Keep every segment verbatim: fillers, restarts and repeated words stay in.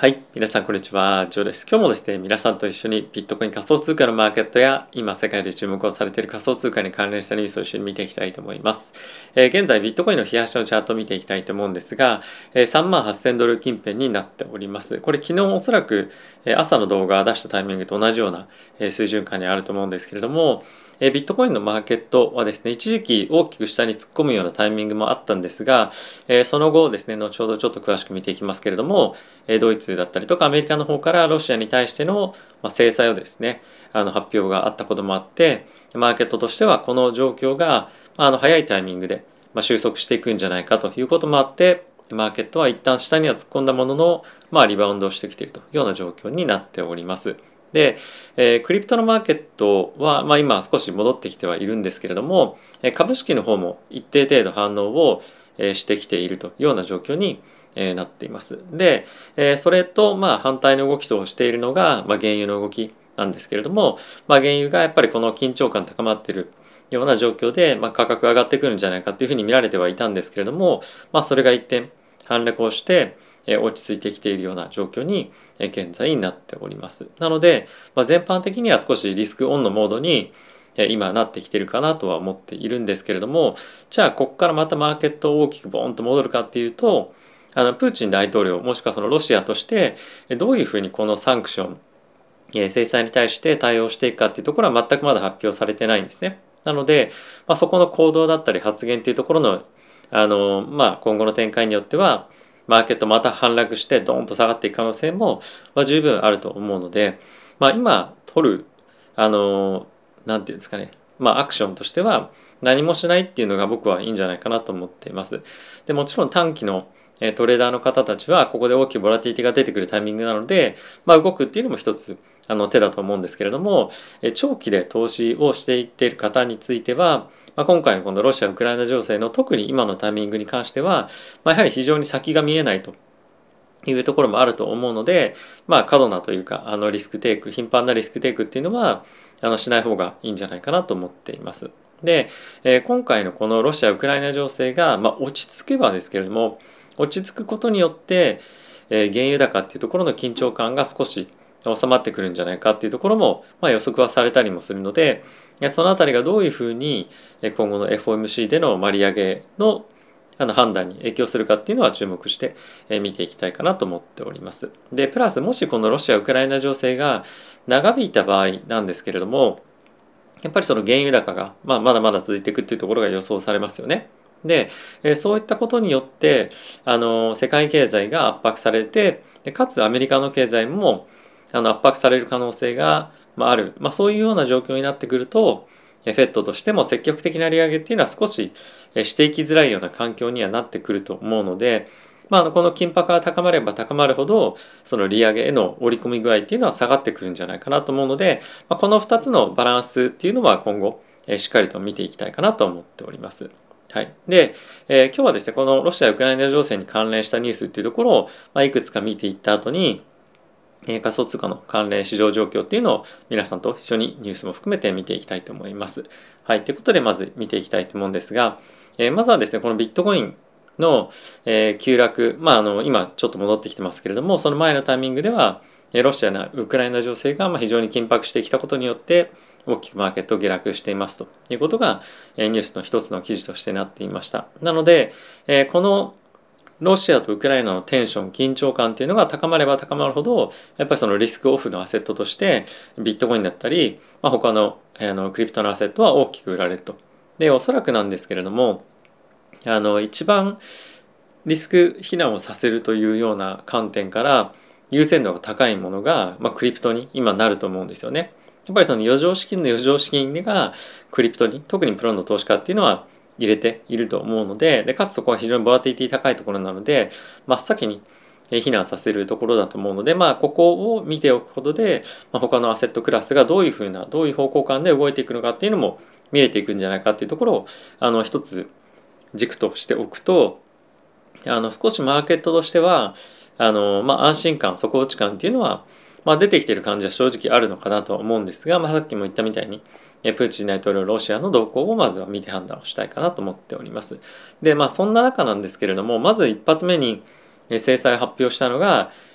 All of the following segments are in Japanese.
はい。皆さん、こんにちは。ジョーです。今日もですね、皆さんと一緒にビットコイン仮想通貨のマーケットや、今世界で注目をされている仮想通貨に関連したニュースを一緒に見ていきたいと思います。えー現在、ビットコインの冷やしのチャートを見ていきたいと思うんですが、えーさんまんはっせんドル近辺になっております。これ、昨日おそらくえー朝の動画を出したタイミングと同じようなえー水準感にあると思うんですけれども、えービットコインのマーケットはですね、一時期大きく下に突っ込むようなタイミングもあったんですが、えーその後ですね、後ほどちょっと詳しく見ていきますけれども、えードイツだったりとかアメリカの方からロシアに対してのまあ制裁をですね、あの発表があったこともあって、マーケットとしてはこの状況がまああの早いタイミングでまあ収束していくんじゃないかということもあって、マーケットは一旦下には突っ込んだものの、まあ、リバウンドをしてきているというような状況になっております。で、えークリプトのマーケットは、まあ、今少し戻ってきてはいるんですけれども、えー株式の方も一定程度反応をえーしてきているというような状況にえーなっています。で、えーそれとまあ反対の動きとしているのが、まあ、原油の動きなんですけれども、まあ、原油がやっぱりこの緊張感高まっているような状況で、まあ、価格上がってくるんじゃないかというふうに見られてはいたんですけれども、まあ、それが一転反落をして、えー落ち着いてきているような状況に、えー現在になっております。なので、まあ、全般的には少しリスクオンのモードにえー今なってきているかなとは思っているんですけれども、じゃあここからまたマーケットを大きくボーンと戻るかっていうと、あのプーチン大統領もしくはそのロシアとしてどういうふうにこのサンクション、えー制裁に対して対応していくかっていうところは全くまだ発表されてないんですね。なので、まあ、そこの行動だったり発言っていうところの、あのまあ、今後の展開によってはマーケットまた反落してドーンと下がっていく可能性も、まあ、十分あると思うので、まあ、今取るあのなんていうんですかね、まあ、アクションとしては何もしないっていうのが僕はいいんじゃないかなと思っています。でもちろん短期のえートレーダーの方たちはここで大きいボラティリティが出てくるタイミングなので、まあ、動くっていうのも一つあの手だと思うんですけれども、えー長期で投資をしていっている方については、まあ、今回のこのロシア・ウクライナ情勢の特に今のタイミングに関しては、まあ、やはり非常に先が見えないというところもあると思うので、まあ、過度なというかあのリスクテイク頻繁なリスクテイクっていうのはあのしない方がいいんじゃないかなと思っています。で、えー今回のこのロシア・ウクライナ情勢が、まあ、落ち着けばですけれども、落ち着くことによって、えー原油高っていうところの緊張感が少し収まってくるんじゃないかっていうところも、まあ、予測はされたりもするので、そのあたりがどういうふうに今後の エフオーエムシー での利上げのあの判断に影響するかっていうのは注目して見ていきたいかなと思っております。で、プラスもしこのロシア・ウクライナ情勢が長引いた場合なんですけれども、やっぱりその原油高が、まあ、まだまだ続いていくっていうところが予想されますよね。で、そういったことによってあの世界経済が圧迫されて、かつアメリカの経済もあの圧迫される可能性がある、まあ、そういうような状況になってくると、フェットとしても積極的な利上げっていうのは少ししていきづらいような環境にはなってくると思うので、まあ、あのこの緊迫が高まれば高まるほどその利上げへの織り込み具合っていうのは下がってくるんじゃないかなと思うので、まあ、このふたつのバランスっていうのは今後しっかりと見ていきたいかなと思っております。はい、で、えー今日はですねこのロシア・ウクライナ情勢に関連したニュースっていうところを、まあ、いくつか見ていった後に、えー仮想通貨の関連市場状況っていうのを皆さんと一緒にニュースも含めて見ていきたいと思います。はい、ということでまず見ていきたいと思うんですが、えーまずはですねこのビットコインの、えー急落、まあ、あの今ちょっと戻ってきてますけれども、その前のタイミングではえーロシアのウクライナ情勢がまあ非常に緊迫してきたことによって大きくマーケットを下落していますということがえーニュースの一つの記事としてなっていました。なので、えーこのロシアとウクライナのテンション緊張感っていうのが高まれば高まるほどやっぱりそのリスクオフのアセットとしてビットコインだったり、まあ、他のあのクリプトのアセットは大きく売られると。でおそらくなんですけれども、あの一番リスク避難をさせるというような観点から優先度が高いものが、まあ、クリプトに今なると思うんですよね。やっぱりその余剰資金の余剰資金がクリプトに、特にプロの投資家っていうのは入れていると思うので、でかつそこは非常にボラティティ高いところなので、真っ先に避難させるところだと思うので、まあ、ここを見ておくことで、まあ、他のアセットクラスがどういうふうな、どういう方向感で動いていくのかっていうのも見えていくんじゃないかっていうところをあの一つ軸としておくと、あの少しマーケットとしてはあの、まあ、安心感底打ち感っていうのは、まあ、出てきている感じは正直あるのかなとは思うんですが、まあ、さっきも言ったみたいにプーチン大統領ロシアの動向をまずは見て判断をしたいかなと思っております。でまあそんな中なんですけれども、まず一発目に制裁を発表したのが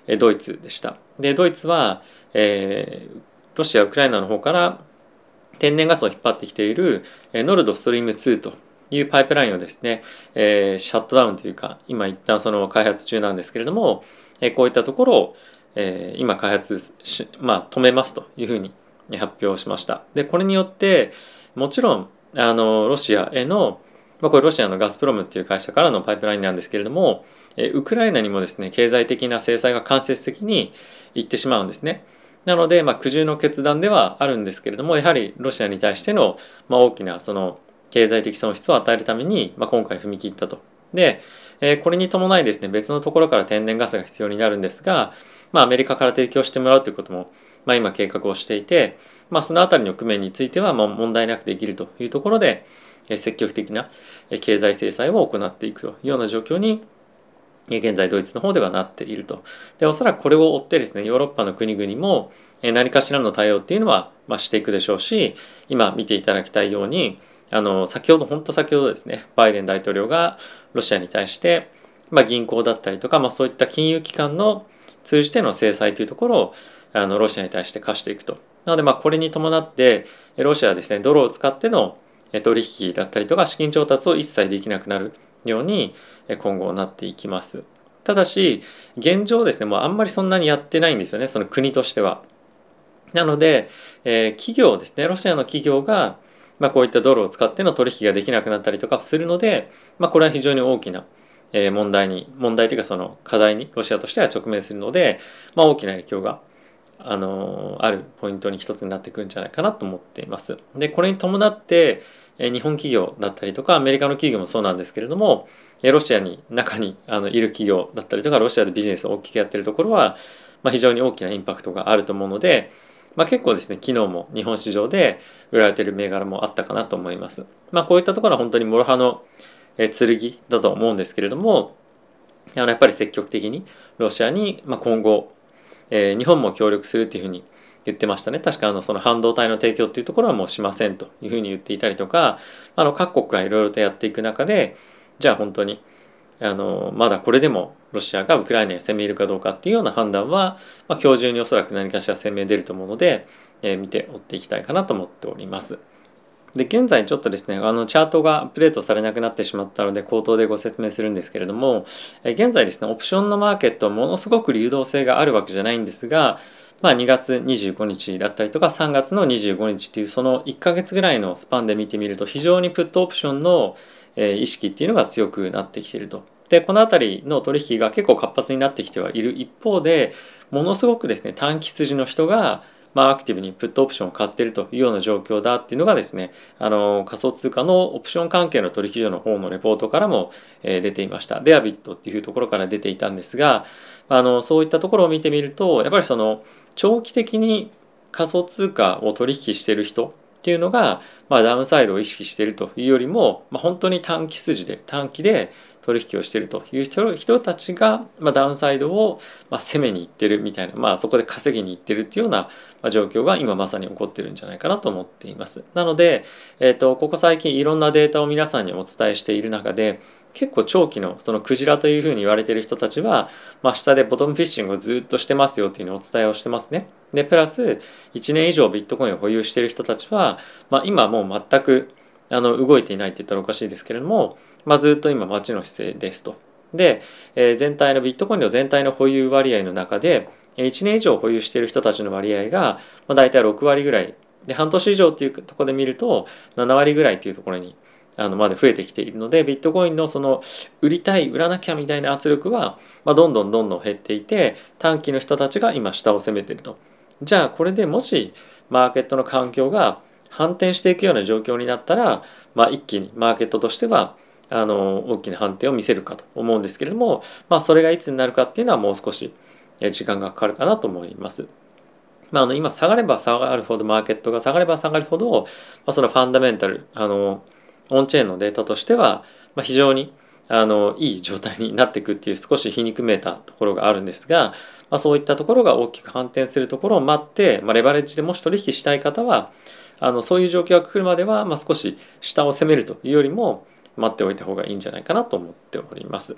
ドイツでした。でドイツは、えー、ロシアウクライナの方から天然ガスを引っ張ってきているノルドストリームツーというパイプラインをですね、えー、シャットダウンというか今一旦その開発中なんですけれども、えー、こういったところを、えー、今開発し、まあ、止めますというふうに発表しました。でこれによってもちろんあのロシアへの、まあ、これロシアのガスプロムっていう会社からのパイプラインなんですけれども、えー、ウクライナにもですね経済的な制裁が間接的にいってしまうんですね。なので、まあ、苦渋の決断ではあるんですけれども、やはりロシアに対しての、まあ、大きなその経済的損失を与えるために、まあ、今回踏み切ったと。で、えーこれに伴いですね、別のところから天然ガスが必要になるんですが、まあ、アメリカから提供してもらうということも、まあ、今計画をしていて、まあ、そのあたりの工面については、まあ、問題なくできるというところで、えー積極的な経済制裁を行っていくというような状況に現在ドイツの方ではなっていると。でおそらくこれを追ってですねヨーロッパの国々も何かしらの対応っていうのは、まあ、していくでしょうし、今見ていただきたいようにあの先ほど本当先ほどですねバイデン大統領がロシアに対して、まあ、銀行だったりとか、まあ、そういった金融機関の通じての制裁というところをあのロシアに対して課していくと。なのでまあこれに伴ってロシアはですねドルを使っての取引だったりとか資金調達を一切できなくなるように今後なっていきます。ただし現状ですねもうあんまりそんなにやってないんですよね、その国としては。なので、えー企業ですねロシアの企業が、まあ、こういったドルを使っての取引ができなくなったりとかするので、まあ、これは非常に大きなえー問題に問題というかその課題にロシアとしては直面するので、まあ、大きな影響があのあるポイントに一つになってくるんじゃないかなと思っています。でこれに伴ってえ日本企業だったりとかアメリカの企業もそうなんですけれどもえロシアに中にあのいる企業だったりとかロシアでビジネスを大きくやってるところは、まあ、非常に大きなインパクトがあると思うので、まあ、結構ですね昨日も日本市場で売られている銘柄もあったかなと思います。まあ、こういったところは本当に諸刃のえ剣だと思うんですけれども、あのやっぱり積極的にロシアに、まあ、今後えー日本も協力するっていうふうに言ってましたね。確かあのその半導体の提供っていうところはもうしませんというふうに言っていたりとか、あの各国がいろいろとやっていく中で、じゃあ本当にあのまだこれでもロシアがウクライナに攻め入るかどうかっていうような判断は、まあ、今日中におそらく何かしら声明出ると思うので、えー見て追っていきたいかなと思っております。で現在ちょっとですねあのチャートがアップデートされなくなってしまったので口頭でご説明するんですけれども、え現在ですねオプションのマーケットはものすごく流動性があるわけじゃないんですが、まあ、にがつにじゅうごにちだったりとかさんがつのにじゅうごにちっていうそのいっかげつぐらいのスパンで見てみると非常にプットオプションのえ意識っていうのが強くなってきていると。でこの辺りの取引が結構活発になってきてはいる一方でものすごくですね短期筋の人がまあ、アクティブにプットオプションを買っているというような状況だっていうのがですねあの仮想通貨のオプション関係の取引所の方のレポートからも、えー出ていました。デアビットっていうところから出ていたんですがあのそういったところを見てみるとやっぱりその長期的に仮想通貨を取引している人っていうのが、まあ、ダウンサイドを意識しているというよりも、まあ、本当に短期筋で短期で取引をしているという人人たちが、まあ、ダウンサイドを、まあ、攻めに行ってるみたいな、まあ、そこで稼ぎに行ってるっていうようなまあ状況が今まさに起こってるんじゃないかなと思っています。なので、えーと、ここ最近いろんなデータを皆さんにお伝えしている中で結構長期のそのクジラというふうに言われている人たちは、まあ、下でボトムフィッシングをずっとしてますよっていうのをお伝えをしてますね。でプラスいちねん以上ビットコインを保有している人たちは、まあ、今もう全くあの動いていないって言ったらおかしいですけれども、まあ、ずっと今待ちの姿勢ですと。で、えー全体のビットコインの全体の保有割合の中でいちねん以上保有している人たちの割合が、まあ、大体ろくわりぐらいで半年以上っていうところで見るとななわりぐらいっていうところにあのまで増えてきているのでビットコインのその売りたい売らなきゃみたいな圧力は、まあ、どんどんどんどん減っていて短期の人たちが今下を攻めていると。じゃあこれでもしマーケットの環境が反転していくような状況になったら、まあ、一気にマーケットとしてはあの大きな反転を見せるかと思うんですけれども、まあ、それがいつになるかっていうのはもう少し時間がかかるかなと思います。まあ、あの今下がれば下がるほどマーケットが下がれば下がるほど、まあ、そのファンダメンタルあのオンチェーンのデータとしては、まあ、非常にあのいい状態になっていくっていう少し皮肉めいたところがあるんですが、まあ、そういったところが大きく反転するところを待って、まあ、レバレッジでもし取引したい方はあのそういう状況が来るまでは、まあ、少し下を攻めるというよりも待っておいた方がいいんじゃないかなと思っております。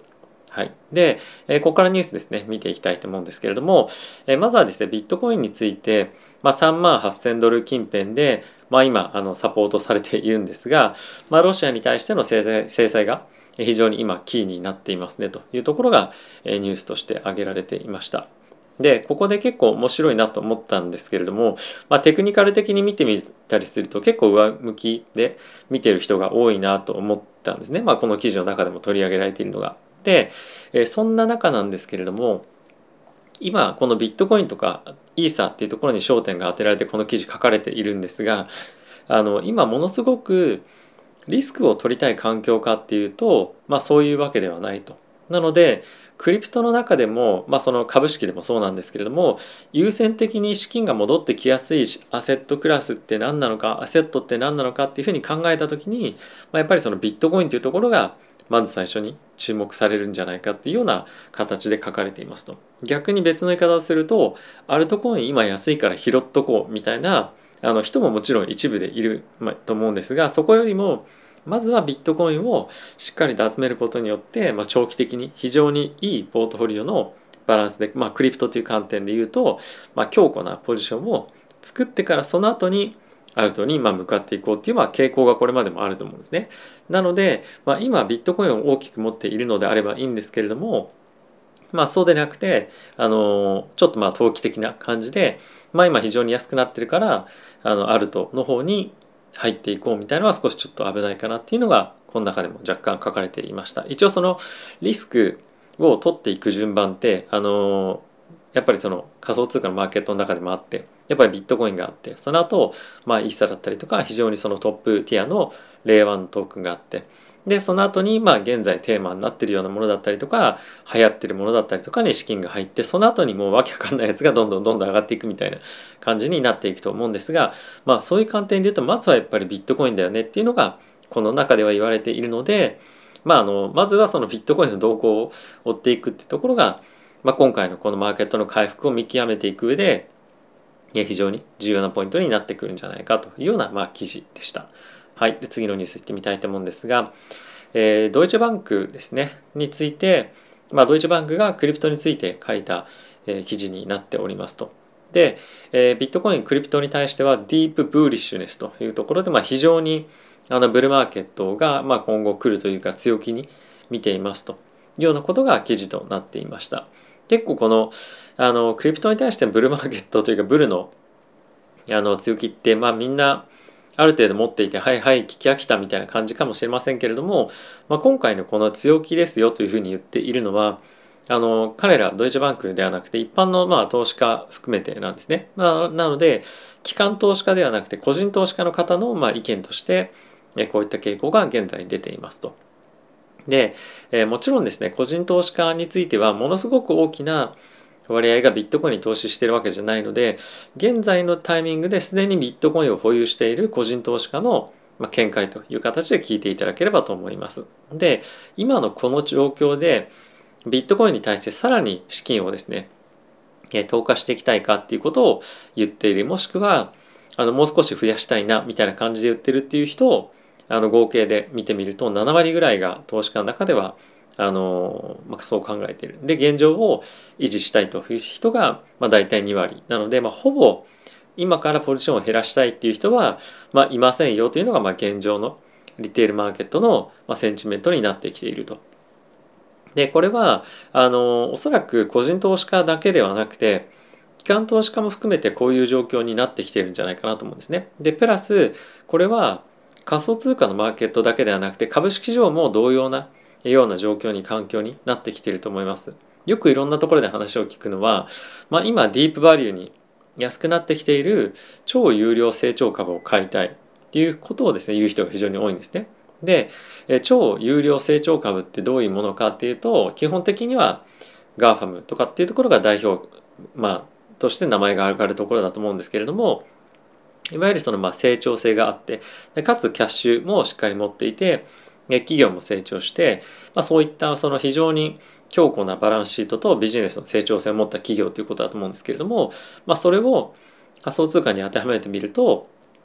はい、で、えーここからニュースですね見ていきたいと思うんですけれども、えーまずはですねビットコインについて、まあ、さんまんはっせんドル近辺で、まあ、今あのサポートされているんですが、まあ、ロシアに対しての制裁、制裁が非常に今キーになっていますねというところが、えーニュースとして挙げられていました。でここで結構面白いなと思ったんですけれども、まあ、テクニカル的に見てみたりすると結構上向きで見てる人が多いなと思ったんですね、まあ、この記事の中でも取り上げられているのが。で、えーそんな中なんですけれども、今このビットコインとかイーサっていうところに焦点が当てられてこの記事書かれているんですが、あの今ものすごくリスクを取りたい環境かっていうと、まあ、そういうわけではないと。なのでクリプトの中でも、まあ、その株式でもそうなんですけれども、優先的に資金が戻ってきやすいアセットクラスって何なのか、アセットって何なのかっていうふうに考えた時に、まあ、やっぱりそのビットコインというところがまず最初に注目されるんじゃないかっていうような形で書かれていますと。逆に別の言い方をすると、アルトコイン今安いから拾っとこうみたいなあの人ももちろん一部でいると思うんですが、そこよりもまずはビットコインをしっかりと集めることによって、まあ、長期的に非常にいいポートフォリオのバランスで、まあ、クリプトという観点で言うと、まあ、強固なポジションを作ってからその後にアルトにまあ向かっていこうっていうまあ傾向がこれまでもあると思うんですね。なので、まあ、今ビットコインを大きく持っているのであればいいんですけれども、まあそうでなくて、あのちょっとまあ投機的な感じで、まあ今非常に安くなってるから、あのアルトの方に入っていこうみたいなのは少しちょっと危ないかなっていうのが、この中でも若干書かれていました。一応そのリスクを取っていく順番って、あのやっぱりその仮想通貨のマーケットの中でもあって、やっぱりビットコインがあって、その後、まあイーサだったりとか、非常にそのトップティアのレイヤーワンのトークンがあって、でその後にまあ現在テーマになっているようなものだったりとか、流行ってるものだったりとかに資金が入って、その後にもうわけわかんないやつがどんどんどんどん上がっていくみたいな感じになっていくと思うんですが、まあそういう観点で言うと、まずはやっぱりビットコインだよねっていうのがこの中では言われているので、まああのまずはそのビットコインの動向を追っていくっていうところが、まあ、今回のこのマーケットの回復を見極めていく上で非常に重要なポイントになってくるんじゃないかというようなまあ記事でした。はい、で次のニュースいってみたいと思うんですが、えードイツバンクですねについて、まあ、ドイツバンクがクリプトについて書いた、えー記事になっておりますと。で、えービットコインクリプトに対してはディープブーリッシュネスというところで、まあ、非常にあのブルーマーケットが、まあ、今後来るというか強気に見ていますというようなことが記事となっていました。結構このあのクリプトに対してのブルーマーケットというかブルのあの強気って、まあ、みんなある程度持っていて、はいはい聞き飽きたみたいな感じかもしれませんけれども、まあ、今回のこの強気ですよというふうに言っているのは、あの彼らドイツバンクではなくて一般のまあ投資家含めてなんですね。まあ、なので機関投資家ではなくて個人投資家の方のまあ意見としてこういった傾向が現在出ていますと。で、えーもちろんですね個人投資家についてはものすごく大きな割合がビットコインに投資しているわけじゃないので、現在のタイミングですでにビットコインを保有している個人投資家の見解という形で聞いていただければと思います。で、今のこの状況でビットコインに対してさらに資金をですね、投下していきたいかっていうことを言っている、もしくはあのもう少し増やしたいなみたいな感じで言ってるっていう人をあの合計で見てみるとなな割ぐらいが投資家の中ではあの、まあ、そう考えている。で現状を維持したいという人が、まあ、大体に割なので、まあ、ほぼ今からポジションを減らしたいっていう人は、まあ、いませんよというのがまあ現状のリテールマーケットのまあセンチメントになってきていると。でこれはあのおそらく個人投資家だけではなくて機関投資家も含めてこういう状況になってきているんじゃないかなと思うんですね。でプラスこれは仮想通貨のマーケットだけではなくて株式市場も同様なような状況に環境になってきていると思います。よくいろんなところで話を聞くのは、まあ、今ディープバリューに安くなってきている超有料成長株を買いたいっていうことをですね言う人が非常に多いんですね。で超有料成長株ってどういうものかっていうと、基本的には ガーファム とかっていうところが代表、まあ、として名前が挙がるところだと思うんですけれども、いわゆるそのまあ成長性があってでかつキャッシュもしっかり持っていて企業も成長して、まあ、そういったその非常に強固なバランスシートとビジネスの成長性を持った企業ということだと思うんですけれども、まあ、それを仮想通貨に当てはめてみると、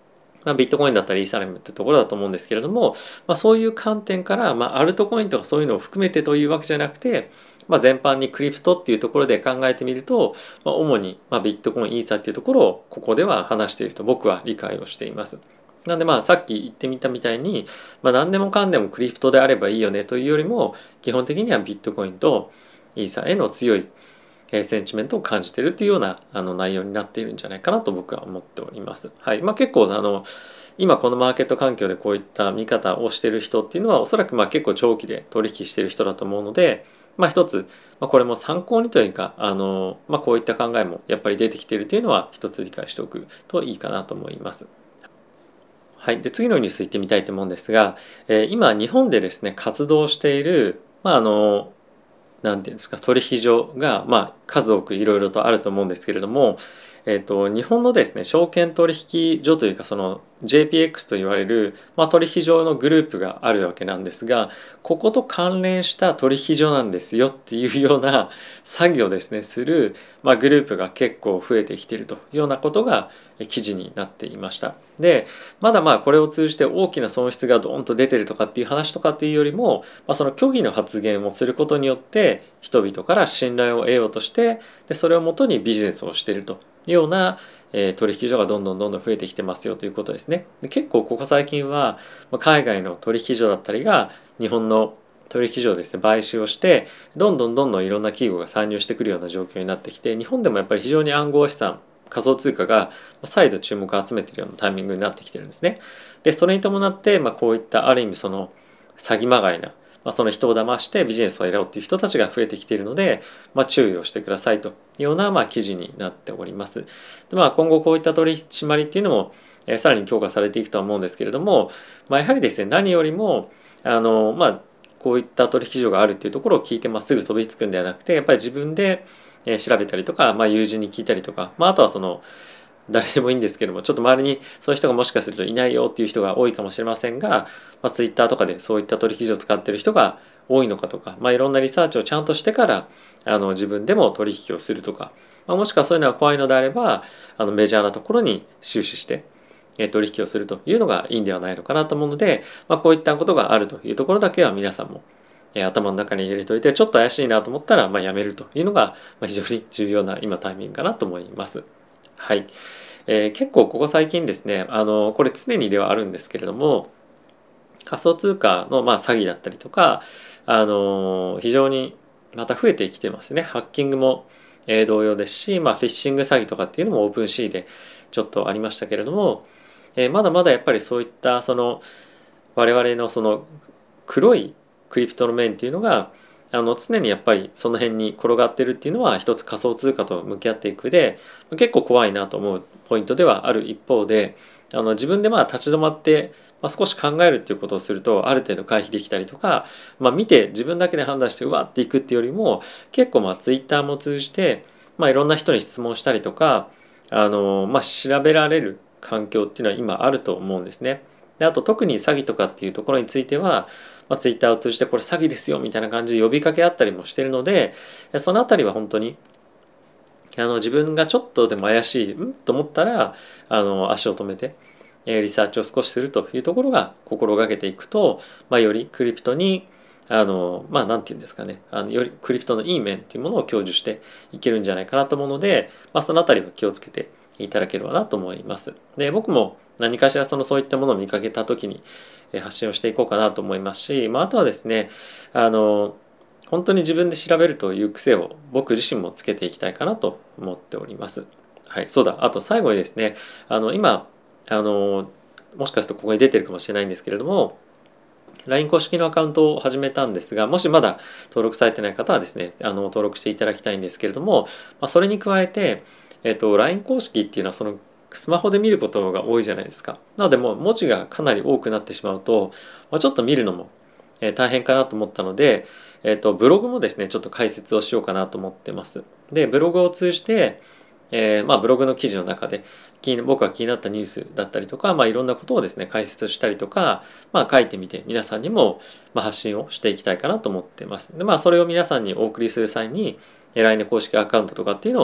まあ、ビットコインだったりイーサリアムってところだと思うんですけれども、まあ、そういう観点から、まあ、アルトコインとかそういうのを含めてというわけじゃなくて、まあ、全般にクリプトっていうところで考えてみると、まあ、主にまあビットコインイーサっていうところをここでは話していると僕は理解をしています。なんでまあさっき言ってみたみたいに、まあ、何でもかんでもクリプトであればいいよねというよりも、基本的にはビットコインとイーサへの強いセンチメントを感じているというようなあの内容になっているんじゃないかなと僕は思っております。はい。まあ、結構あの今このマーケット環境でこういった見方をしている人っていうのはおそらくまあ結構長期で取引している人だと思うので、まあ、一つ、まあ、これも参考にというかあの、まあ、こういった考えもやっぱり出てきているというのは一つ理解しておくといいかなと思います。はい、で次のニュースいってみたいと思うんですが、えー今日本でですね活動している、まあ、あのなんていうんですか取引所が、まあ、数多くいろいろとあると思うんですけれども、えっと、日本のですね証券取引所というかその ジェーピーエックス と言われる、まあ、取引所のグループがあるわけなんですが、ここと関連した取引所なんですよっていうような作業をですねする、まあ、グループが結構増えてきているというようなことが記事になっていました。でまだまあこれを通じて大きな損失がドーンと出てるとかっていう話とかっていうよりも、まあ、その虚偽の発言をすることによって人々から信頼を得ようとしてでそれをもとにビジネスをしているというような、えー取引所がどんどんどんどん増えてきてますよということですね。で結構ここ最近はまあ海外の取引所だったりが日本の取引所をですね買収をしてどんどんどんどんいろんな企業が参入してくるような状況になってきて、日本でもやっぱり非常に暗号資産仮想通貨が再度注目を集めているようなタイミングになってきてるんですね。でそれに伴って、まあ、こういったある意味その詐欺まがいな、まあ、その人を騙してビジネスをやろうっていう人たちが増えてきているので、まあ、注意をしてくださいというような、まあ、記事になっております。で、まあ、今後こういった取り締まりっていうのも、えーさらに強化されていくとは思うんですけれども、まあ、やはりですね何よりもあの、まあ、こういった取引所があるっていうところを聞いて、まあ、すぐ飛びつくんではなくてやっぱり自分でえ調べたりとか、まあ、友人に聞いたりとか、まあ、あとはその誰でもいいんですけどもちょっと周りにそういう人がもしかするといないよっていう人が多いかもしれませんが、まあ、ツイッターとかでそういった取引所を使ってる人が多いのかとか、まあ、いろんなリサーチをちゃんとしてからあの自分でも取引をするとか、まあ、もしくはそういうのが怖いのであればあのメジャーなところに収支してえ取引をするというのがいいんではないのかなと思うので、まあ、こういったことがあるというところだけは皆さんもえ頭の中に入れといて、ちょっと怪しいなと思ったらまあやめるというのがまあ非常に重要な今タイミングかなと思います。はい。えー結構ここ最近ですね、あのこれ常にではあるんですけれども、仮想通貨のまあ詐欺だったりとか、あの非常にまた増えてきてますね。ハッキングもえー同様ですし、まあ、フィッシング詐欺とかっていうのもオープンシーでちょっとありましたけれども、えーまだまだやっぱりそういったその我々のその黒いクリプトの面っていうのがあの常にやっぱりその辺に転がってるっていうのは一つ仮想通貨と向き合っていく上で結構怖いなと思うポイントではある一方で、あの自分でまあ立ち止まって、まあ、少し考えるっていうことをするとある程度回避できたりとか、まあ、見て自分だけで判断してうわっていくっていうよりも結構まあツイッターも通じて、まあ、いろんな人に質問したりとかあの、まあ、調べられる環境っていうのは今あると思うんですね。であと特に詐欺とかっていうところについては、まあ、ツイッターを通じてこれ詐欺ですよみたいな感じで呼びかけあったりもしてるので、そのあたりは本当にあの自分がちょっとでも怪しいんと思ったらあの足を止めてえリサーチを少しするというところが心がけていくと、まあ、よりクリプトにあのまあ何て言うんですかね、あのよりクリプトのいい面っていうものを享受していけるんじゃないかなと思うので、まあ、そのあたりは気をつけていただければなと思います。で僕も何かしらそのそういったものを見かけた時にえ発信をしていこうかなと思いますし、まあ、あとはですねあの本当に自分で調べるという癖を僕自身もつけていきたいかなと思っております。はい、そうだ。あと最後にですね、あの今あのもしかするとここに出てるかもしれないんですけれども、ライン 公式のアカウントを始めたんですが、もしまだ登録されてない方はですね、あの登録していただきたいんですけれども、まあ、それに加えて、えっと、ライン 公式っていうのはそのスマホで見ることが多いじゃないですか。なのでもう文字がかなり多くなってしまうと、まあ、ちょっと見るのもえー大変かなと思ったので、えーと、ブログもですねちょっと解説をしようかなと思ってます。でブログを通じて、えーまあ、ブログの記事の中で気に僕が気になったニュースだったりとか、まあ、いろんなことをですね解説したりとか、まあ、書いてみて皆さんにも、まあ、発信をしていきたいかなと思ってます。でまあそれを皆さんにお送りする際に ライン の公式アカウントとかっていうのを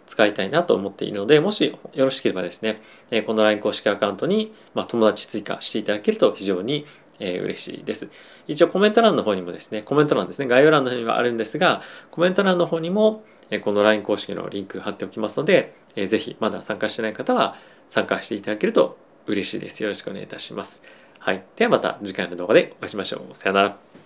使いたいなと思っているので、もしよろしければですね、えこの ライン 公式アカウントに、まあ、友達追加していただけると非常にえー、嬉しいです。一応コメント欄の方にもですね、コメント欄ですね、概要欄の方にはあるんですが、コメント欄の方にも、えー、この ライン 公式のリンク貼っておきますので、えー、ぜひまだ参加してない方は参加していただけると嬉しいです。よろしくお願いいたします。はい。ではまた次回の動画でお会いしましょう。さよなら。